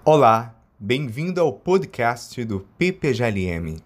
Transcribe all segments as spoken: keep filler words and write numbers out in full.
Olá, bem-vindo ao podcast do P P G L M.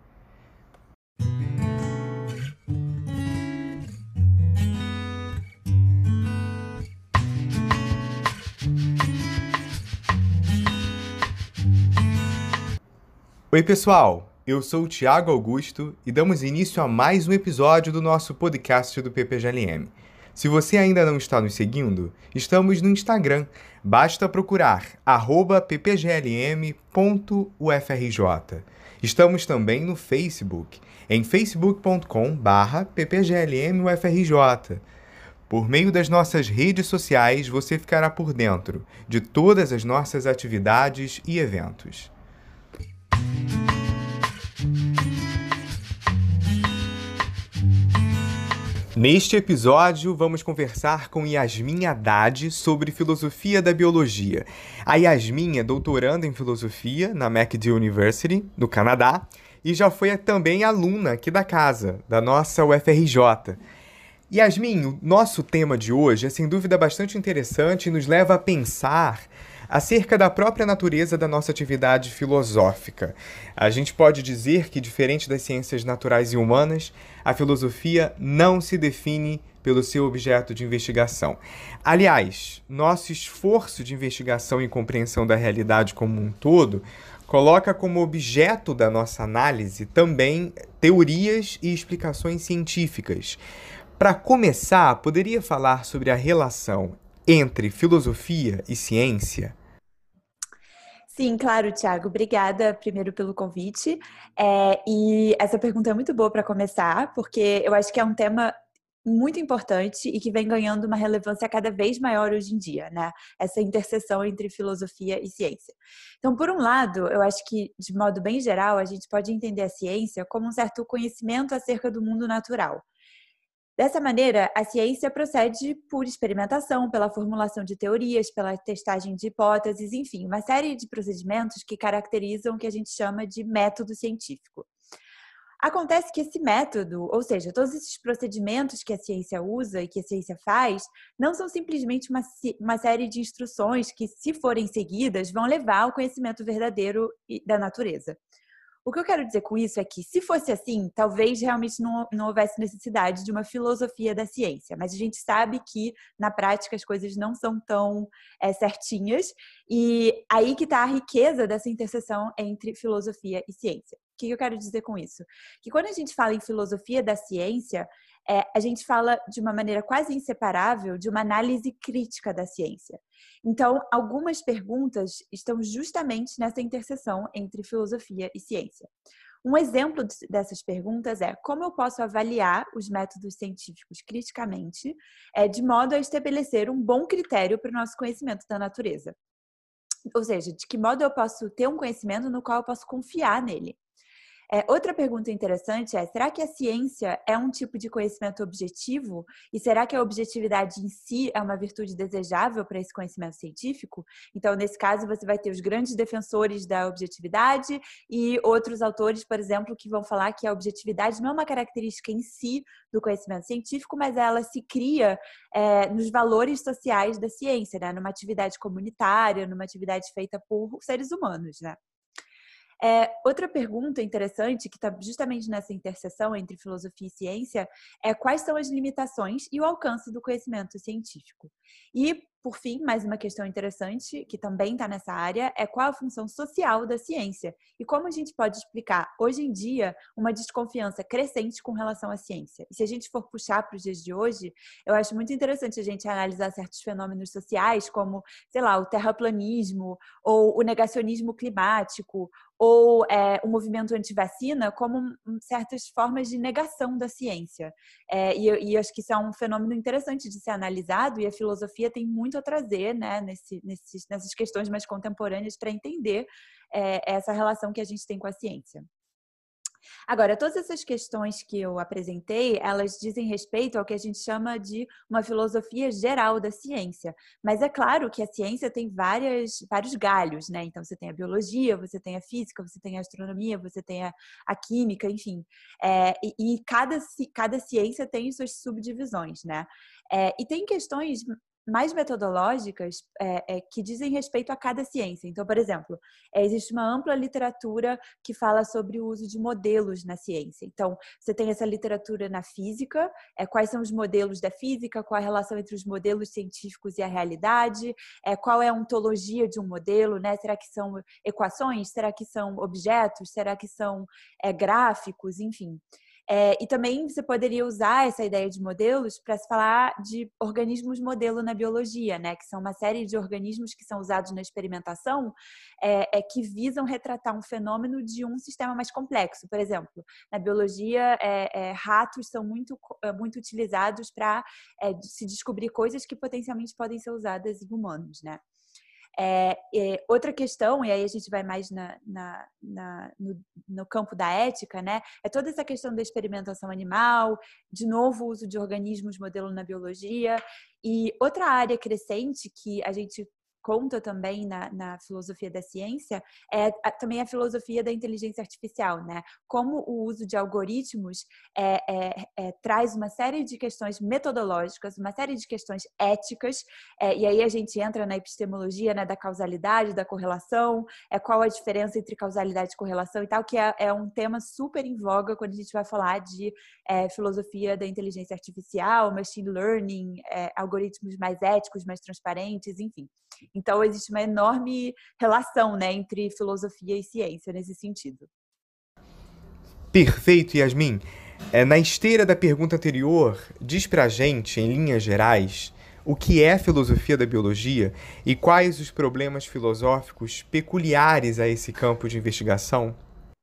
Oi, pessoal! Eu sou o Thiago Augusto e damos início a mais um episódio do nosso podcast do P P G L M. Se você ainda não está nos seguindo, estamos no Instagram. Basta procurar arroba ppglm ponto u f r j. Estamos também no Facebook, em facebook ponto com barra ppglmufrj. Por meio das nossas redes sociais, você ficará por dentro de todas as nossas atividades e eventos. Neste episódio, vamos conversar com Yasmin Haddad sobre filosofia da biologia. A Yasmin é doutoranda em filosofia na McGill University, no Canadá, e já foi também aluna aqui da casa, da nossa U F R J. Yasmin, o nosso tema de hoje é sem dúvida bastante interessante e nos leva a pensar acerca da própria natureza da nossa atividade filosófica. A gente pode dizer que, diferente das ciências naturais e humanas, a filosofia não se define pelo seu objeto de investigação. Aliás, nosso esforço de investigação e compreensão da realidade como um todo coloca como objeto da nossa análise também teorias e explicações científicas. Para começar, poderia falar sobre a relação entre filosofia e ciência? Sim, claro, Thiago. Obrigada primeiro pelo convite. É, e essa pergunta é muito boa para começar, porque eu acho que é um tema muito importante e que vem ganhando uma relevância cada vez maior hoje em dia, né? Essa interseção entre filosofia e ciência. Então, por um lado, eu acho que, de modo bem geral, a gente pode entender a ciência como um certo conhecimento acerca do mundo natural. Dessa maneira, a ciência procede por experimentação, pela formulação de teorias, pela testagem de hipóteses, enfim, uma série de procedimentos que caracterizam o que a gente chama de método científico. Acontece que esse método, ou seja, todos esses procedimentos que a ciência usa e que a ciência faz, não são simplesmente uma, uma série de instruções que, se forem seguidas, vão levar ao conhecimento verdadeiro da natureza. O que eu quero dizer com isso é que, se fosse assim, talvez realmente não, não houvesse necessidade de uma filosofia da ciência. Mas a gente sabe que, na prática, as coisas não são tão é, certinhas. E aí que está a riqueza dessa interseção entre filosofia e ciência. O que eu quero dizer com isso? Que quando a gente fala em filosofia da ciência, é, a gente fala de uma maneira quase inseparável de uma análise crítica da ciência. Então, algumas perguntas estão justamente nessa interseção entre filosofia e ciência. Um exemplo dessas perguntas é: como eu posso avaliar os métodos científicos criticamente, é, de modo a estabelecer um bom critério para o nosso conhecimento da natureza? Ou seja, de que modo eu posso ter um conhecimento no qual eu posso confiar nele? É, outra pergunta interessante é: será que a ciência é um tipo de conhecimento objetivo? E será que a objetividade em si é uma virtude desejável para esse conhecimento científico? Então, nesse caso, você vai ter os grandes defensores da objetividade e outros autores, por exemplo, que vão falar que a objetividade não é uma característica em si do conhecimento científico, mas ela se cria é, nos valores sociais da ciência, né? Numa atividade comunitária, numa atividade feita por seres humanos, né? É, outra pergunta interessante, que está justamente nessa interseção entre filosofia e ciência, é quais são as limitações e o alcance do conhecimento científico. E, por fim, mais uma questão interessante, que também está nessa área, é qual a função social da ciência e como a gente pode explicar, hoje em dia, uma desconfiança crescente com relação à ciência. E se a gente for puxar para os dias de hoje, eu acho muito interessante a gente analisar certos fenômenos sociais, como, sei lá, o terraplanismo ou o negacionismo climático, ou é, o movimento antivacina como um, certas formas de negação da ciência. É, e, e acho que isso é um fenômeno interessante de ser analisado, e a filosofia tem muito a trazer, né, nesse, nesses, nessas questões mais contemporâneas para entender é, essa relação que a gente tem com a ciência. Agora, todas essas questões que eu apresentei, elas dizem respeito ao que a gente chama de uma filosofia geral da ciência. Mas é claro que a ciência tem várias, vários galhos, né? Então, você tem a biologia, você tem a física, você tem a astronomia, você tem a, a química, enfim. É, e e cada, cada ciência tem suas subdivisões, né? É, e tem questões mais metodológicas é, é, que dizem respeito a cada ciência. Então, por exemplo, é, existe uma ampla literatura que fala sobre o uso de modelos na ciência. Então, você tem essa literatura na física, é, quais são os modelos da física, qual a relação entre os modelos científicos e a realidade, é, qual é a ontologia de um modelo, né? Será que são equações? Será que são objetos? Será que são é, gráficos? Enfim. É, e também você poderia usar essa ideia de modelos para se falar de organismos modelo na biologia, né? Que são uma série de organismos que são usados na experimentação é, é, que visam retratar um fenômeno de um sistema mais complexo. Por exemplo, na biologia, é, é, ratos são muito, muito utilizados para é, se descobrir coisas que potencialmente podem ser usadas em humanos, né? É, é, outra questão, e aí a gente vai mais na, na, na, no, no campo da ética, né? É toda essa questão da experimentação animal, de novo o uso de organismos modelo na biologia. E outra área crescente que a gente conta também na, na filosofia da ciência é a, também a filosofia da inteligência artificial, né? Como o uso de algoritmos é, é, é, traz uma série de questões metodológicas, uma série de questões éticas, é, e aí a gente entra na epistemologia, né, da causalidade, da correlação, é, qual a diferença entre causalidade e correlação e tal, que é, é um tema super em voga quando a gente vai falar de é, filosofia da inteligência artificial, machine learning, é, algoritmos mais éticos, mais transparentes, enfim. Então, existe uma enorme relação, né, entre filosofia e ciência nesse sentido. Perfeito, Yasmin. É, na esteira da pergunta anterior, diz pra gente, em linhas gerais, o que é filosofia da biologia e quais os problemas filosóficos peculiares a esse campo de investigação?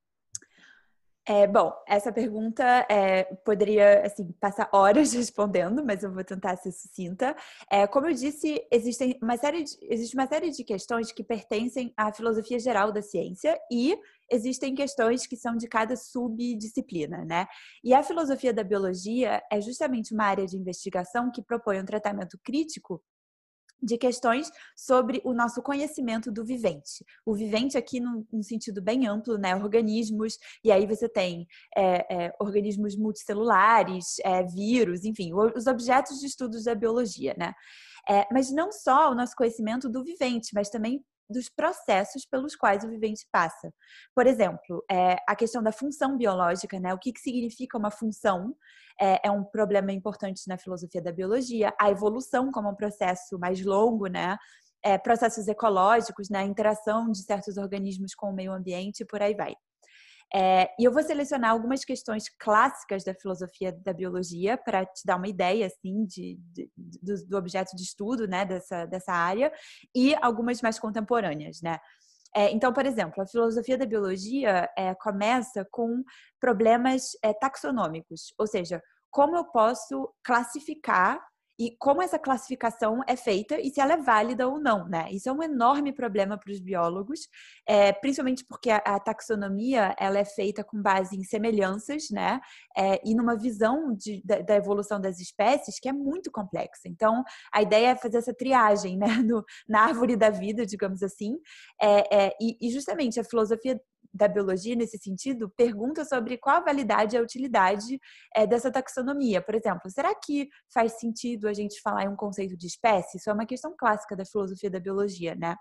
É, bom, essa pergunta é, poderia assim, passar horas respondendo, mas eu vou tentar ser sucinta. É, como eu disse, existem uma série de, existe uma série de questões que pertencem à filosofia geral da ciência e existem questões que são de cada subdisciplina, né? E a filosofia da biologia é justamente uma área de investigação que propõe um tratamento crítico de questões sobre o nosso conhecimento do vivente. O vivente aqui num, num sentido bem amplo, né? Organismos, e aí você tem é, é, organismos multicelulares, é, vírus, enfim, os objetos de estudos da biologia, né? É, mas não só o nosso conhecimento do vivente, mas também dos processos pelos quais o vivente passa. Por exemplo, é, a questão da função biológica, né? O que, que significa uma função? É, é um problema importante na filosofia da biologia. A evolução como um processo mais longo, né? É, processos ecológicos, né? A interação de certos organismos com o meio ambiente e por aí vai. É, e eu vou selecionar algumas questões clássicas da filosofia da biologia para te dar uma ideia assim de, de, do, do objeto de estudo, né, dessa, dessa área, e algumas mais contemporâneas, né? É, então, por exemplo, a filosofia da biologia é, começa com problemas é, taxonômicos, ou seja, como eu posso classificar e como essa classificação é feita e se ela é válida ou não, né? Isso é um enorme problema para os biólogos, é, principalmente porque a, a taxonomia ela é feita com base em semelhanças, né? É, e numa visão de, da, da evolução das espécies que é muito complexa. Então, a ideia é fazer essa triagem, né? No, na árvore da vida, digamos assim, é, é, e, e justamente a filosofia da biologia, nesse sentido, pergunta sobre qual a validade e a utilidade é, dessa taxonomia. Por exemplo, será que faz sentido a gente falar em um conceito de espécie? Isso é uma questão clássica da filosofia da biologia, né?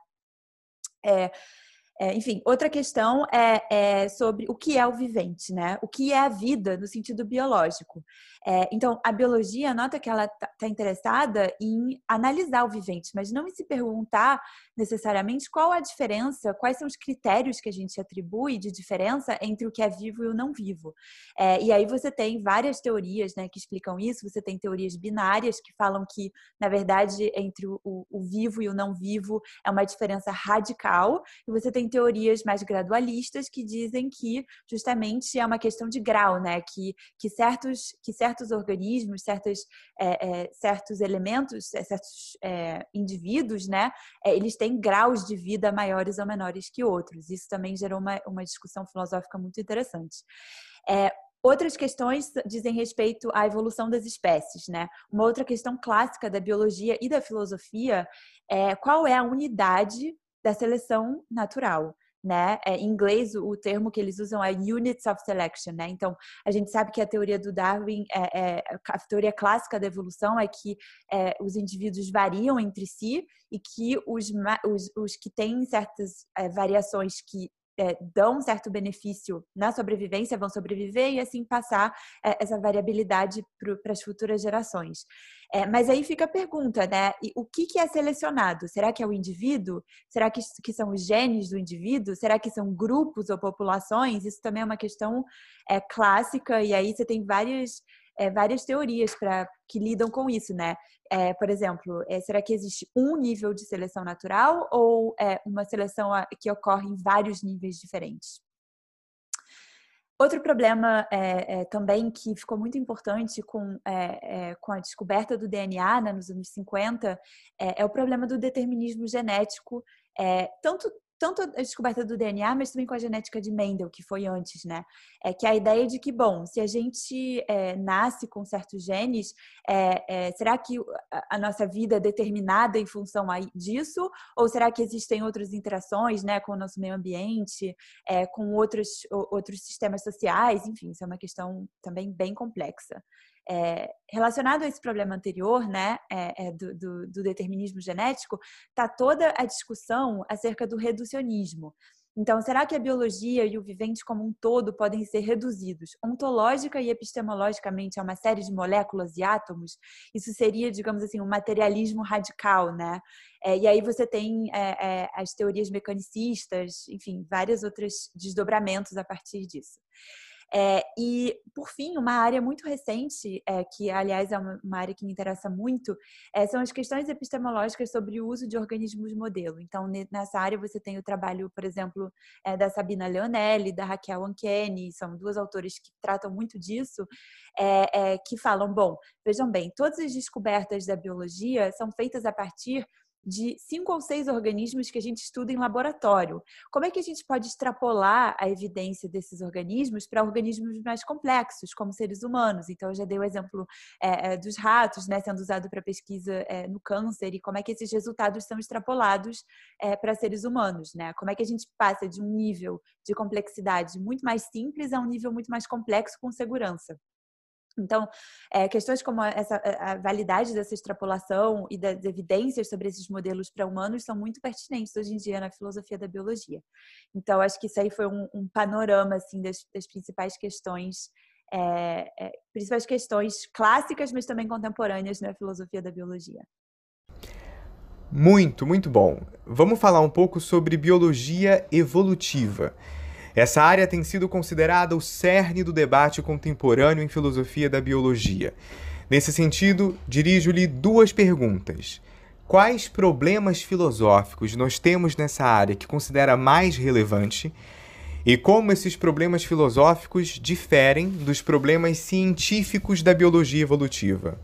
É, É, enfim, outra questão é, é sobre o que é o vivente, né? O que é a vida no sentido biológico. É, então, a biologia nota que ela está interessada em analisar o vivente, mas não em se perguntar necessariamente qual a diferença, quais são os critérios que a gente atribui de diferença entre o que é vivo e o não vivo. É, e aí você tem várias teorias, né, que explicam isso. Você tem teorias binárias que falam que, na verdade, entre o, o, o vivo e o não vivo é uma diferença radical. E você tem teorias mais gradualistas que dizem que justamente é uma questão de grau, né? Que, que, certos, que certos organismos, certos, é, é, certos elementos, é, certos é, indivíduos, né? É, eles têm graus de vida maiores ou menores que outros. Isso também gerou uma, uma discussão filosófica muito interessante. É, Outras questões dizem respeito à evolução das espécies, né? Uma outra questão clássica da biologia e da filosofia é qual é a unidade da seleção natural. né? É, em inglês, o termo que eles usam é units of selection, né? Então, a gente sabe que a teoria do Darwin, é, é, a teoria clássica da evolução é que é, os indivíduos variam entre si e que os, os, os que têm certas é, variações que É, dão um certo benefício na sobrevivência, vão sobreviver e assim passar é, essa variabilidade para as futuras gerações. É, mas aí fica a pergunta, né? E o que, que é selecionado? Será que é o indivíduo? Será que, que são os genes do indivíduo? Será que são grupos ou populações? Isso também é uma questão é, clássica e aí você tem várias, é, várias teorias pra, que lidam com isso, né? É, por exemplo, é, será que existe um nível de seleção natural ou é, uma seleção que ocorre em vários níveis diferentes? Outro problema é, é, também que ficou muito importante com, é, é, com a descoberta do D N A, né, nos anos cinquenta é, é o problema do determinismo genético, é, tanto tanto a descoberta do D N A, mas também com a genética de Mendel, que foi antes, né? É que a ideia de que, bom, se a gente é, nasce com certos genes, é, é, será que a, a nossa vida é determinada em função aí disso? Ou será que existem outras interações, né, com o nosso meio ambiente, é, com outros, outros sistemas sociais? Enfim, isso é uma questão também bem complexa. É, relacionado a esse problema anterior, né, é, é do, do, do determinismo genético, está toda a discussão acerca do reducionismo. Então, será que a biologia e o vivente como um todo podem ser reduzidos ontológica e epistemologicamente a uma série de moléculas e átomos? Isso seria, digamos assim, um materialismo radical, né? É, e aí você tem é, é, as teorias mecanicistas, enfim, vários outros desdobramentos a partir disso. É, e, por fim, uma área muito recente, é, que, aliás, é uma, uma área que me interessa muito, é, são as questões epistemológicas sobre o uso de organismos modelo. Então, nessa área você tem o trabalho, por exemplo, é, da Sabina Leonelli, da Raquel Ankeny, são duas autoras que tratam muito disso, é, é, que falam, bom, vejam bem, todas as descobertas da biologia são feitas a partir de cinco ou seis organismos que a gente estuda em laboratório. Como é que a gente pode extrapolar a evidência desses organismos para organismos mais complexos, como seres humanos? Então, eu já dei o exemplo é, dos ratos, né, sendo usado para pesquisa é, no câncer, e como é que esses resultados são extrapolados é, para seres humanos, né? Como é que a gente passa de um nível de complexidade muito mais simples a um nível muito mais complexo com segurança? Então, é, questões como essa, a validade dessa extrapolação e das evidências sobre esses modelos para humanos são muito pertinentes hoje em dia na filosofia da biologia. Então, acho que isso aí foi um, um panorama assim, das, das principais questões, é, é, principais questões clássicas, mas também contemporâneas na filosofia da biologia. Muito, muito bom. Vamos falar um pouco sobre biologia evolutiva. Essa área tem sido considerada o cerne do debate contemporâneo em filosofia da biologia. Nesse sentido, dirijo-lhe duas perguntas. Quais problemas filosóficos nós temos nessa área que considera mais relevante? E como esses problemas filosóficos diferem dos problemas científicos da biologia evolutiva?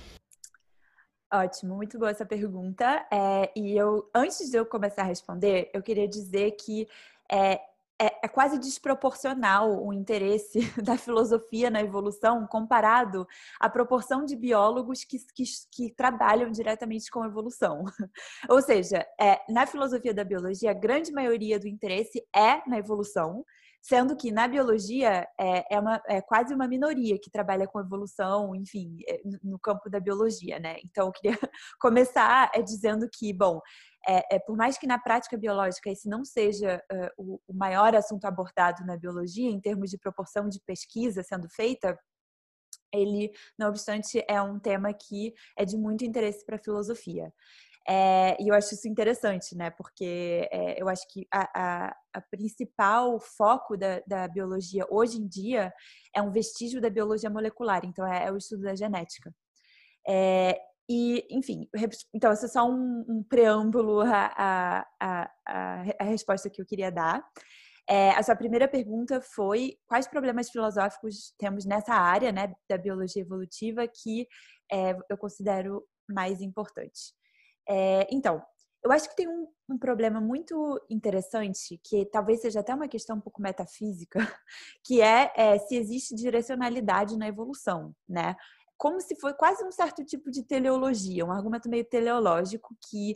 Ótimo, muito boa essa pergunta. É, e eu, antes de eu começar a responder, eu queria dizer que é, é, é quase desproporcional o interesse da filosofia na evolução comparado à proporção de biólogos que, que, que trabalham diretamente com evolução. Ou seja, é, na filosofia da biologia, a grande maioria do interesse é na evolução, sendo que na biologia é, é, uma, é quase uma minoria que trabalha com evolução, enfim, no campo da biologia, né? Então, eu queria começar é, dizendo que, bom, é, é, por mais que na prática biológica esse não seja uh, o, o maior assunto abordado na biologia, em termos de proporção de pesquisa sendo feita, ele, não obstante, é um tema que é de muito interesse para a filosofia. É, e eu acho isso interessante, né? Porque é, eu acho que a, a, a principal foco da, da biologia hoje em dia é um vestígio da biologia molecular, então é, é o estudo da genética. É, e, enfim, então esse é só um, um preâmbulo à, à, à, à resposta que eu queria dar. É, a sua primeira pergunta foi quais problemas filosóficos temos nessa área, né, da biologia evolutiva que é, eu considero mais importante. É, então, eu acho que tem um, um problema muito interessante, que talvez seja até uma questão um pouco metafísica, que é, é se existe direcionalidade na evolução, né? Como se fosse quase um certo tipo de teleologia, um argumento meio teleológico que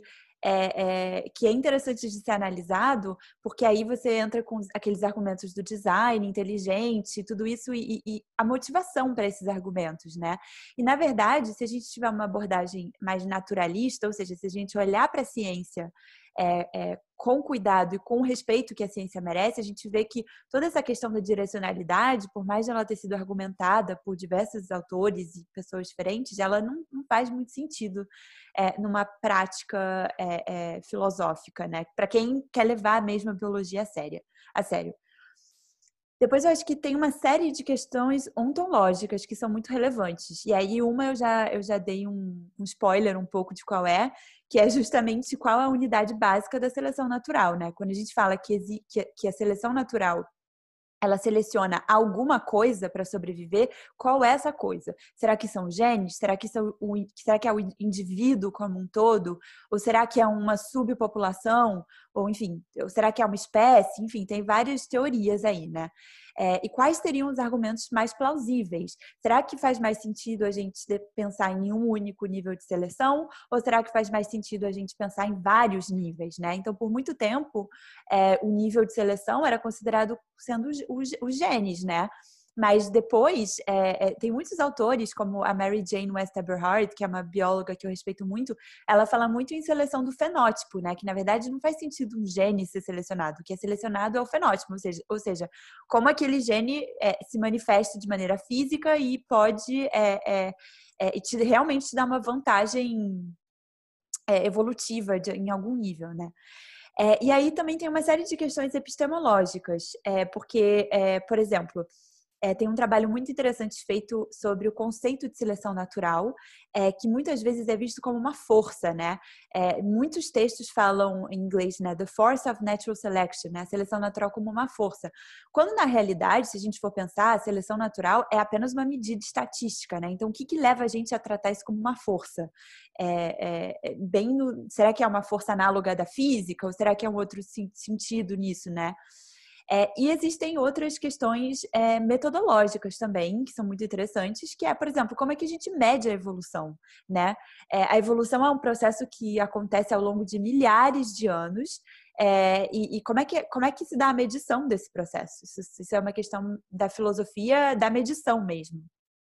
é, é, que é interessante de ser analisado, porque aí você entra com aqueles argumentos do design inteligente, tudo isso e, e a motivação para esses argumentos, né? E, na verdade, se a gente tiver uma abordagem mais naturalista, ou seja, se a gente olhar para a ciência É, é, com cuidado e com o respeito que a ciência merece, a gente vê que toda essa questão da direcionalidade, por mais de ela ter sido argumentada por diversos autores e pessoas diferentes, ela não, não faz muito sentido é, numa prática é, é, filosófica, né? Para quem quer levar mesmo a biologia a sério. A sério. Depois eu acho que tem uma série de questões ontológicas que são muito relevantes. E aí uma eu já, eu já dei um, um spoiler um pouco de qual é, que é justamente qual é a unidade básica da seleção natural, né? Quando a gente fala que, que, que a seleção natural ela seleciona alguma coisa para sobreviver, qual é essa coisa? Será que são genes? Será que, são o, será que é o indivíduo como um todo? Ou será que é uma subpopulação? Ou, enfim, será que é uma espécie? Enfim, tem várias teorias aí, né? É, e quais seriam os argumentos mais plausíveis? Será que faz mais sentido a gente pensar em um único nível de seleção? Ou será que faz mais sentido a gente pensar em vários níveis, né? Então, por muito tempo, é, o nível de seleção era considerado sendo os, os, os genes, né? Mas depois, é, é, tem muitos autores, como a Mary Jane West Eberhard, que é uma bióloga que eu respeito muito, ela fala muito em seleção do fenótipo, né? Que, na verdade, não faz sentido um gene ser selecionado. O que é selecionado é o fenótipo, ou seja, ou seja como aquele gene é, se manifesta de maneira física e pode é, é, é, te, realmente te dar uma vantagem é, evolutiva de, em algum nível, né? É, e aí também tem uma série de questões epistemológicas, é, porque, é, por exemplo, é, tem um trabalho muito interessante feito sobre o conceito de seleção natural, é, que muitas vezes é visto como uma força, né? É, muitos textos falam em inglês, né? The force of natural selection, né? A seleção natural como uma força. Quando, na realidade, se a gente for pensar, a seleção natural é apenas uma medida estatística, né? Então, o que, que leva a gente a tratar isso como uma força? É, é, bem no, será que é uma força análoga da física? Ou será que é um outro sentido nisso, né? É, e existem outras questões é, metodológicas também, que são muito interessantes, que é, por exemplo, como é que a gente mede a evolução, né? É, a evolução é um processo que acontece ao longo de milhares de anos, é, e, e como, é que, como é que se dá a medição desse processo? Isso, isso é uma questão da filosofia da medição mesmo.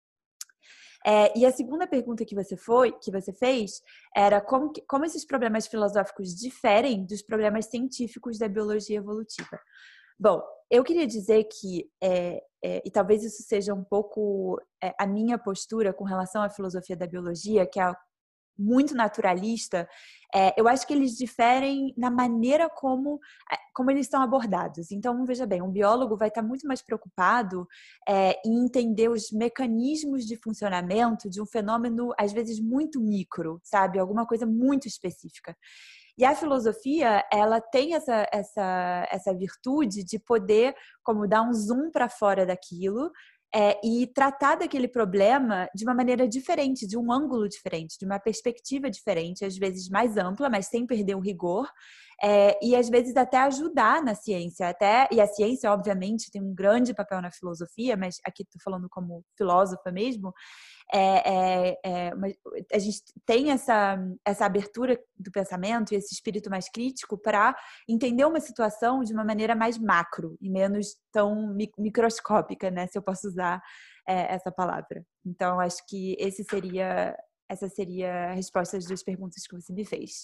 É, e a segunda pergunta que você, foi, que você fez era como, que, como esses problemas filosóficos diferem dos problemas científicos da biologia evolutiva. Bom, eu queria dizer que, é, é, e talvez isso seja um pouco é, a minha postura com relação à filosofia da biologia, que é muito naturalista, é, eu acho que eles diferem na maneira como, como eles são abordados. Então, veja bem, um biólogo vai estar muito mais preocupado é, em entender os mecanismos de funcionamento de um fenômeno, às vezes, muito micro, sabe? Alguma coisa muito específica. E a filosofia, ela tem essa, essa, essa virtude de poder, como dar um zoom para fora daquilo é, e tratar daquele problema de uma maneira diferente, de um ângulo diferente, de uma perspectiva diferente, às vezes mais ampla, mas sem perder o rigor, é, e às vezes até ajudar na ciência. Até, e a ciência, obviamente, tem um grande papel na filosofia, mas aqui estou falando como filósofa mesmo, É, é, é, a gente tem essa, essa abertura do pensamento e esse espírito mais crítico para entender uma situação de uma maneira mais macro e menos tão microscópica, né? Se eu posso usar é, essa palavra. Então, acho que esse seria, essa seria a resposta às duas perguntas que você me fez.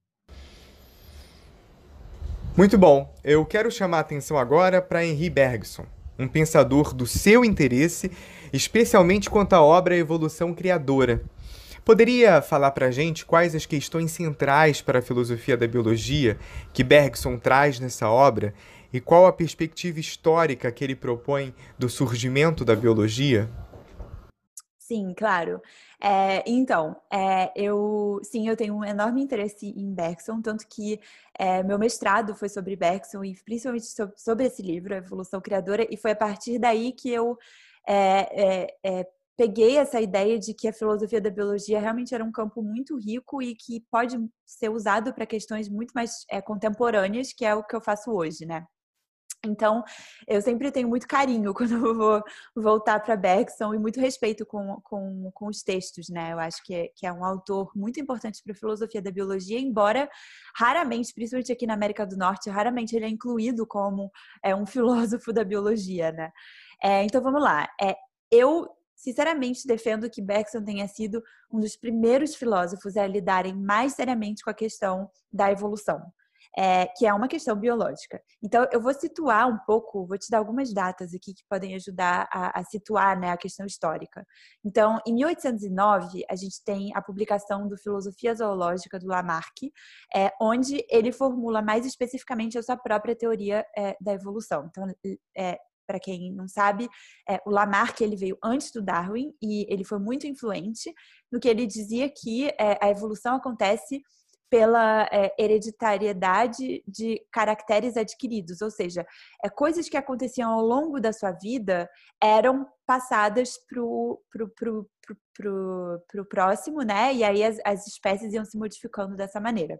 Muito bom. Eu quero chamar a atenção agora para Henri Bergson, um pensador do seu interesse, especialmente quanto à obra Evolução Criadora. Poderia falar para a gente quais as questões centrais para a filosofia da biologia que Bergson traz nessa obra e qual a perspectiva histórica que ele propõe do surgimento da biologia? Sim, claro. É, então, é, eu sim, eu tenho um enorme interesse em Bergson, tanto que é, meu mestrado foi sobre Bergson e principalmente sobre, sobre esse livro, A Evolução Criadora, e foi a partir daí que eu é, é, é, peguei essa ideia de que a filosofia da biologia realmente era um campo muito rico e que pode ser usado para questões muito mais é, contemporâneas, que é o que eu faço hoje, né? Então, eu sempre tenho muito carinho quando eu vou voltar para Bergson e muito respeito com, com, com os textos, né? Eu acho que é, que é um autor muito importante para a filosofia da biologia, embora raramente, principalmente aqui na América do Norte, raramente ele é incluído como é, um filósofo da biologia, né? É, então, vamos lá. É, eu, sinceramente, defendo que Bergson tenha sido um dos primeiros filósofos a lidarem mais seriamente com a questão da evolução. É, que é uma questão biológica. Então, eu vou situar um pouco, vou te dar algumas datas aqui que podem ajudar a, a situar, né, a questão histórica. Então, em mil oitocentos e nove, a gente tem a publicação do Filosofia Zoológica, do Lamarck, é, onde ele formula mais especificamente a sua própria teoria é, da evolução. Então, é, para quem não sabe, é, o Lamarck ele veio antes do Darwin e ele foi muito influente no que ele dizia que é, a evolução acontece pela é, hereditariedade de caracteres adquiridos, ou seja, é, coisas que aconteciam ao longo da sua vida eram passadas para o pro, pro, pro, pro, pro próximo, né? E aí as, as espécies iam se modificando dessa maneira.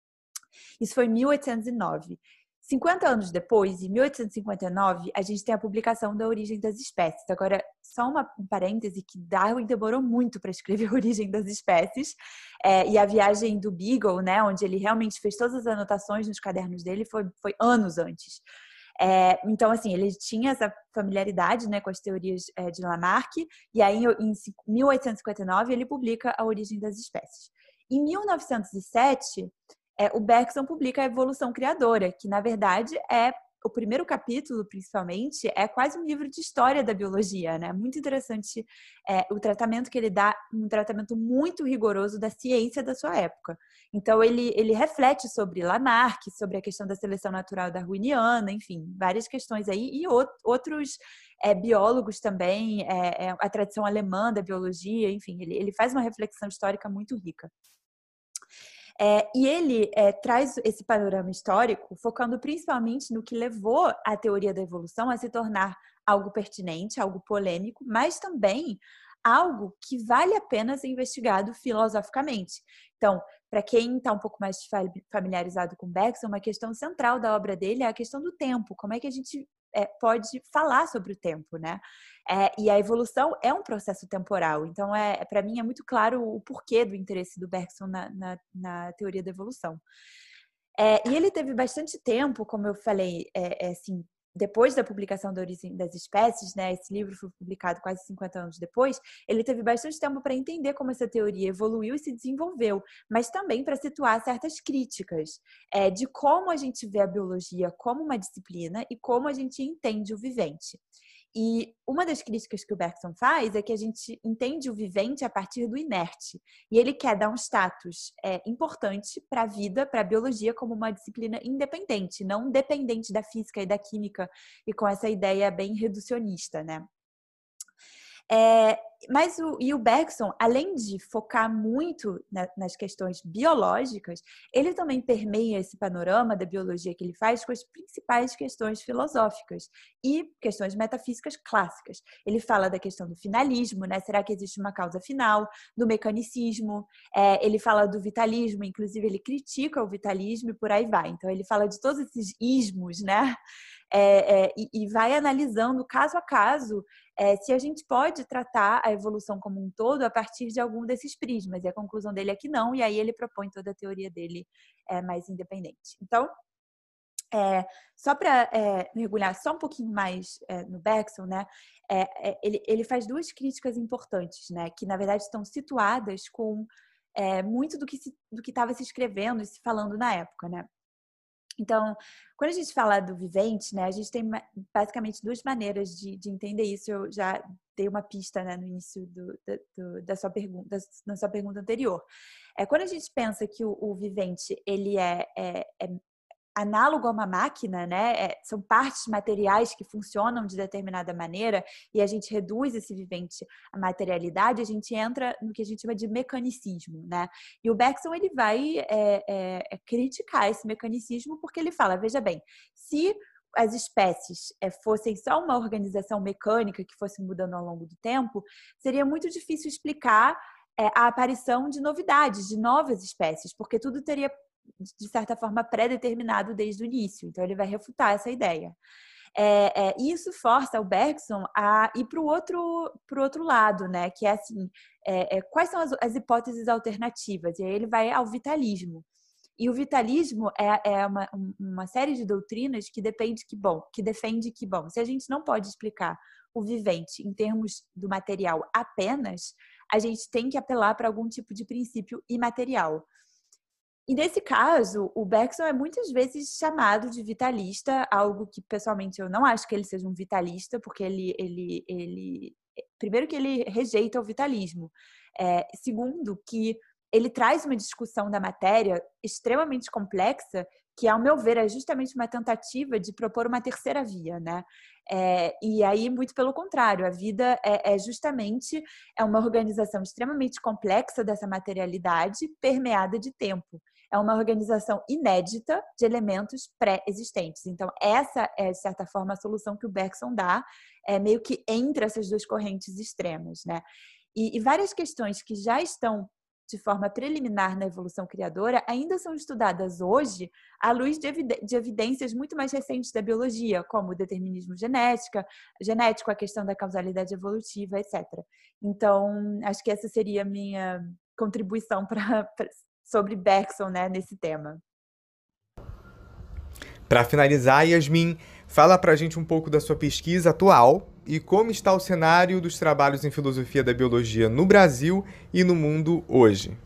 Isso foi em mil oitocentos e nove. cinquenta anos depois, em mil oitocentos e cinquenta e nove, a gente tem a publicação da Origem das Espécies. Agora, só uma um parêntese, que Darwin demorou muito para escrever a Origem das Espécies, é, e a viagem do Beagle, né, onde ele realmente fez todas as anotações nos cadernos dele, foi, foi anos antes. É, então, assim, ele tinha essa familiaridade, né, com as teorias é, de Lamarck, e aí em mil oitocentos e cinquenta e nove ele publica a Origem das Espécies. Em mil novecentos e sete, É, o Bergson publica a Evolução Criadora, que, na verdade, é o primeiro capítulo, principalmente, é quase um livro de história da biologia, né? Muito interessante é, o tratamento que ele dá, um tratamento muito rigoroso da ciência da sua época. Então, ele, ele reflete sobre Lamarck, sobre a questão da seleção natural darwiniana, enfim, várias questões aí, e outros é, biólogos também, é, é, a tradição alemã da biologia, enfim, ele, ele faz uma reflexão histórica muito rica. É, e ele é, traz esse panorama histórico focando principalmente no que levou a teoria da evolução a se tornar algo pertinente, algo polêmico, mas também algo que vale a pena ser investigado filosoficamente. Então, para quem está um pouco mais familiarizado com Bergson, uma questão central da obra dele é a questão do tempo. Como é que a gente é, pode falar sobre o tempo, né? É, e a evolução é um processo temporal. Então, é, para mim, é muito claro o porquê do interesse do Bergson na, na, na teoria da evolução. É, e ele teve bastante tempo, como eu falei, é, é, assim, depois da publicação da Origem das Espécies, né, esse livro foi publicado quase cinquenta anos depois, ele teve bastante tempo para entender como essa teoria evoluiu e se desenvolveu, mas também para situar certas críticas é, de como a gente vê a biologia como uma disciplina e como a gente entende o vivente. E uma das críticas que o Bergson faz é que a gente entende o vivente a partir do inerte. E ele quer dar um status é, importante para a vida, para a biologia, como uma disciplina independente, não dependente da física e da química, e com essa ideia bem reducionista, né? É, mas o, e o Bergson, além de focar muito na, nas questões biológicas, ele também permeia esse panorama da biologia que ele faz com as principais questões filosóficas e questões metafísicas clássicas. Ele fala da questão do finalismo, né? Será que existe uma causa final? Do mecanicismo, é, ele fala do vitalismo, inclusive ele critica o vitalismo e por aí vai. Então ele fala de todos esses ismos, né? É, é, e, e vai analisando caso a caso é, se a gente pode tratar a evolução como um todo a partir de algum desses prismas. E a conclusão dele é que não, e aí ele propõe toda a teoria dele é, mais independente. Então, é, só para é, mergulhar só um pouquinho mais é, no Bergson, né, é, é, ele, ele faz duas críticas importantes, né, que na verdade estão situadas com é, muito do que estava se, se escrevendo e se falando na época, né? Então, quando a gente fala do vivente, né, a gente tem basicamente duas maneiras de, de entender isso. Eu já dei uma pista, né, no início do, do, da, sua pergunta, da sua pergunta anterior. É, quando a gente pensa que o, o vivente ele é, é, é análogo a uma máquina, né? É, são partes materiais que funcionam de determinada maneira e a gente reduz esse vivente à materialidade, a gente entra no que a gente chama de mecanicismo, né? E o Bergson ele vai é, é, é criticar esse mecanicismo porque ele fala, veja bem, se as espécies é, fossem só uma organização mecânica que fosse mudando ao longo do tempo, seria muito difícil explicar é, a aparição de novidades, de novas espécies, porque tudo teria de certa forma, pré-determinado desde o início. Então, ele vai refutar essa ideia. É, é, e isso força o Bergson a ir para o outro, pro outro lado, né? Que é assim, é, é, quais são as, as hipóteses alternativas? E aí ele vai ao vitalismo. E o vitalismo é, é uma, uma série de doutrinas que depende que, bom, que defende que, bom, se a gente não pode explicar o vivente em termos do material apenas, a gente tem que apelar para algum tipo de princípio imaterial. E nesse caso, o Bergson é muitas vezes chamado de vitalista, algo que pessoalmente eu não acho que ele seja um vitalista, porque ele, ele, ele primeiro que ele rejeita o vitalismo, é, segundo que ele traz uma discussão da matéria extremamente complexa, que, ao meu ver, é justamente uma tentativa de propor uma terceira via, né? É, e aí, muito pelo contrário, a vida é, é justamente é uma organização extremamente complexa dessa materialidade, permeada de tempo. É uma organização inédita de elementos pré-existentes. Então, essa é, de certa forma, a solução que o Bergson dá, é, meio que entre essas duas correntes extremas, né? E, e várias questões que já estão de forma preliminar na evolução criadora, ainda são estudadas hoje à luz de, evid de evidências muito mais recentes da biologia, como o determinismo genética, genético, a questão da causalidade evolutiva, etcétera. Então, acho que essa seria a minha contribuição pra, pra, sobre Bergson, né, nesse tema. Para finalizar, Yasmin, fala para a gente um pouco da sua pesquisa atual e como está o cenário dos trabalhos em filosofia da biologia no Brasil e no mundo hoje.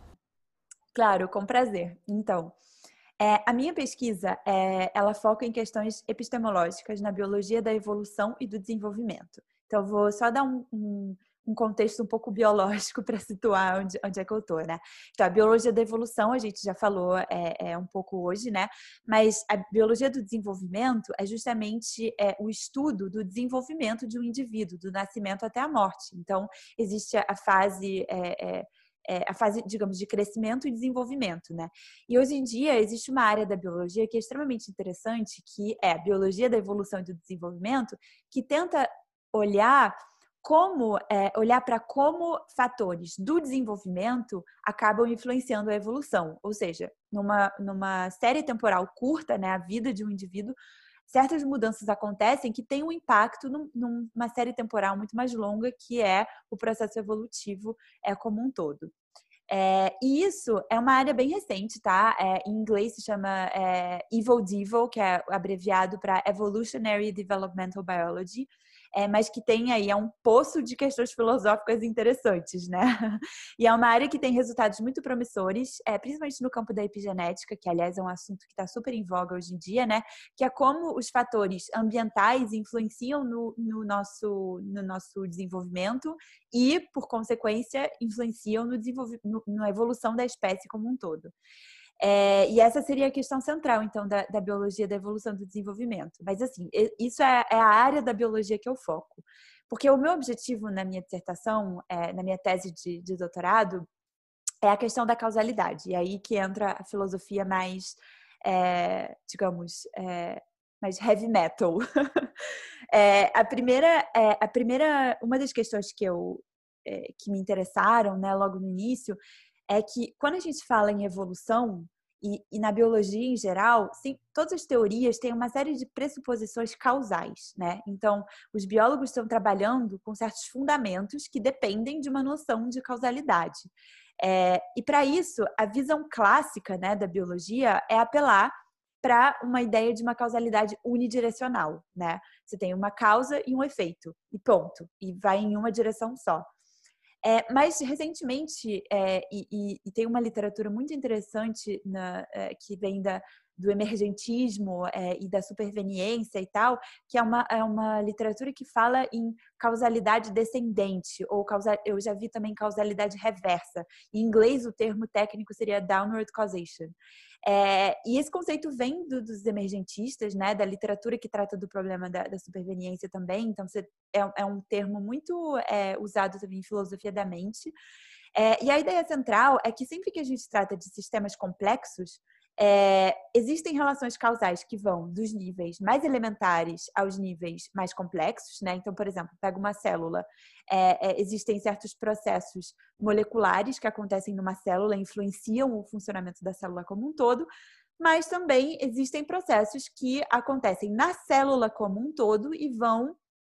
Claro, com prazer. Então, é, a minha pesquisa, é, ela foca em questões epistemológicas na biologia da evolução e do desenvolvimento. Então, vou só dar um, um, um contexto um pouco biológico para situar onde, onde é que eu estou, né? Então, a biologia da evolução, a gente já falou é, é um pouco hoje, né? Mas a biologia do desenvolvimento é justamente é, o estudo do desenvolvimento de um indivíduo, do nascimento até a morte. Então, existe a fase... É, é, É, a fase, digamos, de crescimento e desenvolvimento, né? E hoje em dia existe uma área da biologia que é extremamente interessante, que é a biologia da evolução e do desenvolvimento, que tenta olhar como é, olhar para como fatores do desenvolvimento acabam influenciando a evolução, ou seja, numa, numa série temporal curta, né, a vida de um indivíduo, certas mudanças acontecem que têm um impacto num, numa série temporal muito mais longa, que é o processo evolutivo é, como um todo. É, e isso é uma área bem recente, tá? É, em inglês se chama é, EvoDevo, que é abreviado para Evolutionary Developmental Biology, é, mas que tem aí é um poço de questões filosóficas interessantes, né? E é uma área que tem resultados muito promissores, é, principalmente no campo da epigenética, que aliás é um assunto que está super em voga hoje em dia, né? Que é como os fatores ambientais influenciam no, no, nosso, no nosso desenvolvimento e, por consequência, influenciam no desenvolvimento, na evolução da espécie como um todo. É, e essa seria a questão central, então, da, da biologia da evolução do desenvolvimento. Mas, assim, isso é, é a área da biologia que eu foco. Porque o meu objetivo na minha dissertação, é, na minha tese de, de doutorado, é a questão da causalidade. E aí que entra a filosofia mais, é, digamos, é, mais heavy metal. é, a primeira, é, a primeira, uma das questões que eu é, que me interessaram, né, logo no início, é que quando a gente fala em evolução e, e na biologia em geral, sim, todas as teorias têm uma série de pressuposições causais, né? Então, os biólogos estão trabalhando com certos fundamentos que dependem de uma noção de causalidade. É, e para isso, a visão clássica, né, da biologia é apelar para uma ideia de uma causalidade unidirecional, né? Você tem uma causa e um efeito, e ponto. E vai em uma direção só. É, mas, recentemente, é, e, e, e tem uma literatura muito interessante na, é, que vem da, do emergentismo é, e da superveniência e tal, que é uma, é uma literatura que fala em causalidade descendente, ou causa, eu já vi também causalidade reversa. Em inglês, o termo técnico seria downward causation. É, e esse conceito vem do, dos emergentistas, né, da literatura que trata do problema da, da superveniência também. Então, você, é, é um termo muito é, usado também em filosofia da mente. É, e a ideia central é que sempre que a gente trata de sistemas complexos, é, existem relações causais que vão dos níveis mais elementares aos níveis mais complexos, né? Então, por exemplo, pega uma célula, é, é, existem certos processos moleculares que acontecem numa célula, influenciam o funcionamento da célula como um todo, mas também existem processos que acontecem na célula como um todo e vão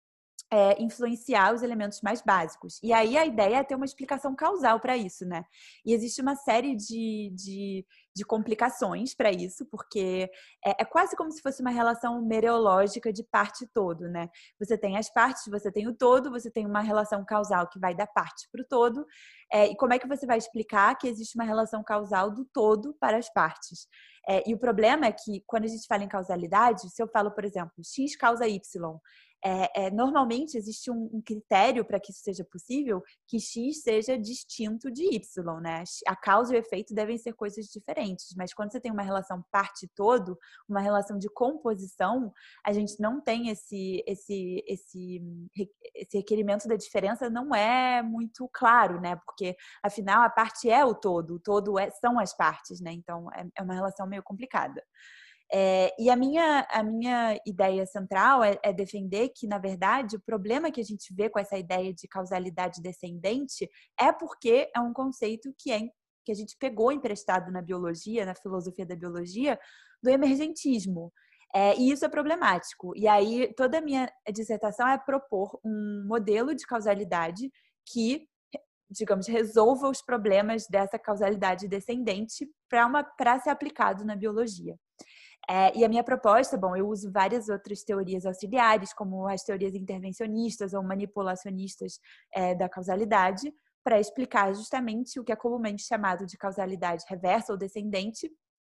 É, influenciar os elementos mais básicos. E aí a ideia é ter uma explicação causal para isso, né? E existe uma série de, de, de complicações para isso, porque é, é quase como se fosse uma relação mereológica de parte e todo, né? Você tem as partes, você tem o todo, você tem uma relação causal que vai da parte para o todo. É, e como é que você vai explicar que existe uma relação causal do todo para as partes? É, e o problema é que, quando a gente fala em causalidade, se eu falo, por exemplo, X causa Y, É, é, normalmente existe um, um critério para que isso seja possível, que X seja distinto de Y, né? A causa e o efeito devem ser coisas diferentes, mas quando você tem uma relação parte-todo, uma relação de composição, a gente não tem esse, esse, esse, esse requerimento da diferença, não é muito claro, né? Porque, afinal, a parte é o todo, o todo é, são as partes, né? Então, é, é uma relação meio complicada. É, e a minha, a minha ideia central é, é defender que, na verdade, o problema que a gente vê com essa ideia de causalidade descendente é porque é um conceito que, é, que a gente pegou emprestado na biologia, na filosofia da biologia, do emergentismo. É, e isso é problemático. E aí, toda a minha dissertação é propor um modelo de causalidade que, digamos, resolva os problemas dessa causalidade descendente para ser aplicado na biologia. É, e a minha proposta, bom, eu uso várias outras teorias auxiliares, como as teorias intervencionistas ou manipulacionistas é, da causalidade, para explicar justamente o que é comumente chamado de causalidade reversa ou descendente.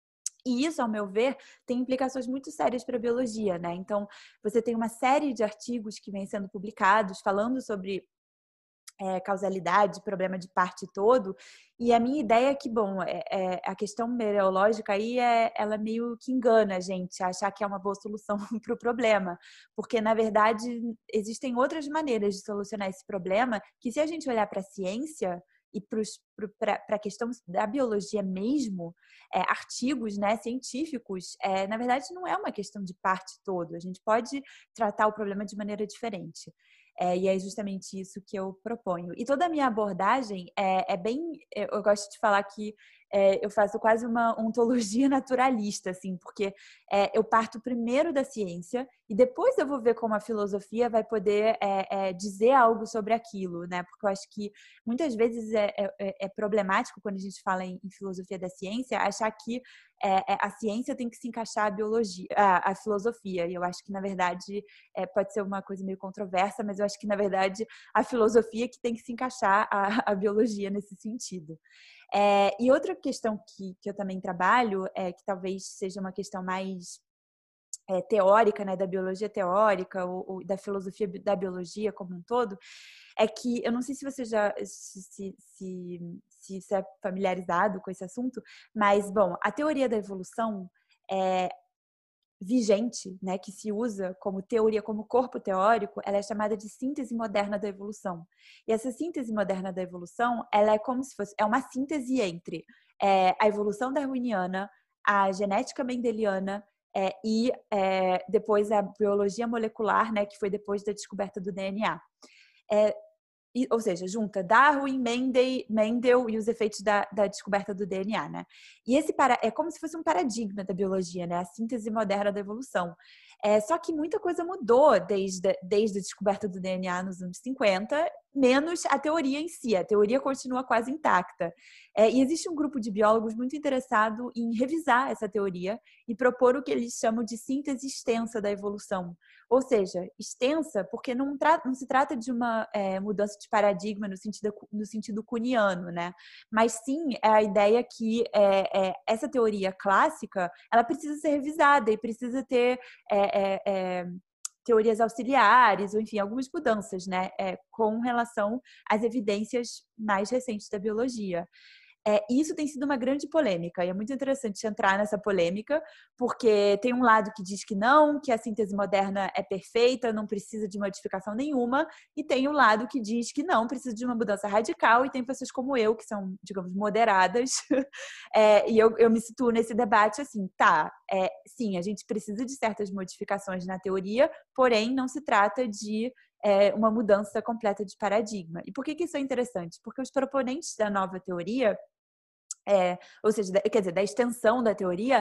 E isso, ao meu ver, tem implicações muito sérias para a biologia, né? Então, você tem uma série de artigos que vêm sendo publicados falando sobre É, causalidade, problema de parte todo, e a minha ideia é que, bom, é, é, a questão mereológica aí, é, ela meio que engana a gente a achar que é uma boa solução para o problema, porque, na verdade, existem outras maneiras de solucionar esse problema, que se a gente olhar para a ciência e para a questão da biologia mesmo, é, artigos, né, científicos, é, na verdade, não é uma questão de parte todo, a gente pode tratar o problema de maneira diferente. É, e é justamente isso que eu proponho. E toda a minha abordagem é, é bem... Eu gosto de falar que é, eu faço quase uma ontologia naturalista, assim, porque é, eu parto primeiro da ciência e depois eu vou ver como a filosofia vai poder é, é, dizer algo sobre aquilo, né? Porque eu acho que muitas vezes é, é, é problemático, quando a gente fala em, em filosofia da ciência, achar que é, a ciência tem que se encaixar à biologia, à, à filosofia. E eu acho que, na verdade, é, pode ser uma coisa meio controversa, mas eu acho que, na verdade, a filosofia que tem que se encaixar à, à biologia nesse sentido. É, e outra questão que, que eu também trabalho, é, que talvez seja uma questão mais é, teórica, né, da biologia teórica ou, ou da filosofia da biologia como um todo, é que, eu não sei se você já se, se, se, se, se é familiarizado com esse assunto, mas, bom, a teoria da evolução é vigente, né, que se usa como teoria, como corpo teórico, ela é chamada de síntese moderna da evolução. E essa síntese moderna da evolução, ela é como se fosse, é uma síntese entre é, a evolução darwiniana, a genética mendeliana é, e é, depois a biologia molecular, né, que foi depois da descoberta do D N A. É, E, ou seja, junta Darwin, Mendel, Mendel e os efeitos da, da descoberta do D N A, né? E esse para, é como se fosse um paradigma da biologia, né? A síntese moderna da evolução. É, só que muita coisa mudou desde, desde a descoberta do D N A nos anos cinquenta, menos a teoria em si. A teoria continua quase intacta. É, e existe um grupo de biólogos muito interessado em revisar essa teoria e propor o que eles chamam de síntese extensa da evolução. Ou seja, extensa porque não, não se trata de uma é, mudança de paradigma no sentido, no sentido kuhniano, né? Mas sim é a ideia que é, é, essa teoria clássica ela precisa ser revisada e precisa ter é, é, é, teorias auxiliares, ou enfim, algumas mudanças, né? É, com relação às evidências mais recentes da biologia. É, isso tem sido uma grande polêmica, e é muito interessante entrar nessa polêmica, porque tem um lado que diz que não, que a síntese moderna é perfeita, não precisa de modificação nenhuma, e tem o um lado que diz que não, precisa de uma mudança radical, e tem pessoas como eu, que são, digamos, moderadas, é, e eu, eu me situo nesse debate assim, tá, é, sim, a gente precisa de certas modificações na teoria, porém não se trata de é, uma mudança completa de paradigma. E por que, que isso é interessante? Porque os proponentes da nova teoria, É, ou seja, quer dizer, da extensão da teoria,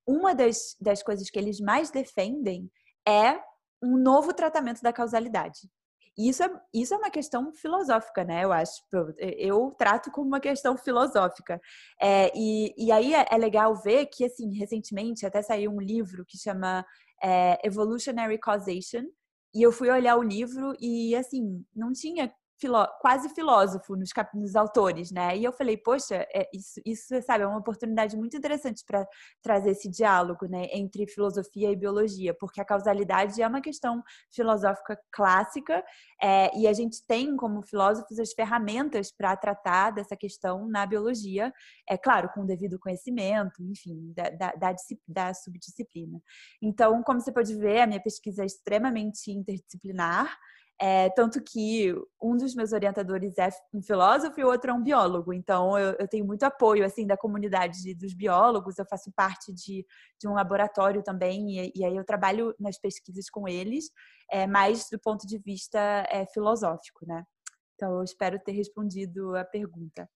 uma das, das coisas que eles mais defendem é um novo tratamento da causalidade. E isso é, isso é uma questão filosófica, né? Eu acho. Eu, eu trato como uma questão filosófica. É, e, e aí é, é legal ver que, assim, recentemente até saiu um livro que chama é, Evolutionary Causation. E eu fui olhar o livro e, assim, não tinha filó- quase filósofo nos, cap- nos autores, né? E eu falei, poxa, é, isso, isso, sabe, é uma oportunidade muito interessante para trazer esse diálogo, né, entre filosofia e biologia, porque a causalidade é uma questão filosófica clássica, é, e a gente tem, como filósofos, as ferramentas para tratar dessa questão na biologia, é claro, com o devido conhecimento, enfim, da, da, da, da subdisciplina. Então, como você pode ver, a minha pesquisa é extremamente interdisciplinar, é, tanto que um dos meus orientadores é um filósofo e o outro é um biólogo. Então, eu, eu tenho muito apoio assim da comunidade de, dos biólogos. Eu faço parte de, de um laboratório também e, e aí eu trabalho nas pesquisas com eles, é, mais do ponto de vista é, filosófico, né? Então, eu espero ter respondido a pergunta.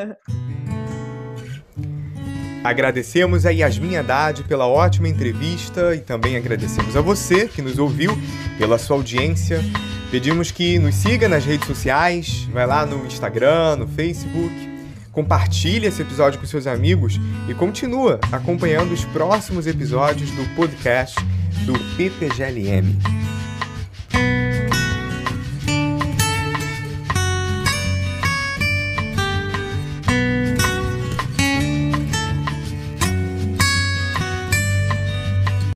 Agradecemos a Yasmin Haddad pela ótima entrevista e também agradecemos a você que nos ouviu pela sua audiência. Pedimos que nos siga nas redes sociais, vai lá no Instagram, no Facebook, compartilhe esse episódio com seus amigos e continua acompanhando os próximos episódios do podcast do P P G L M.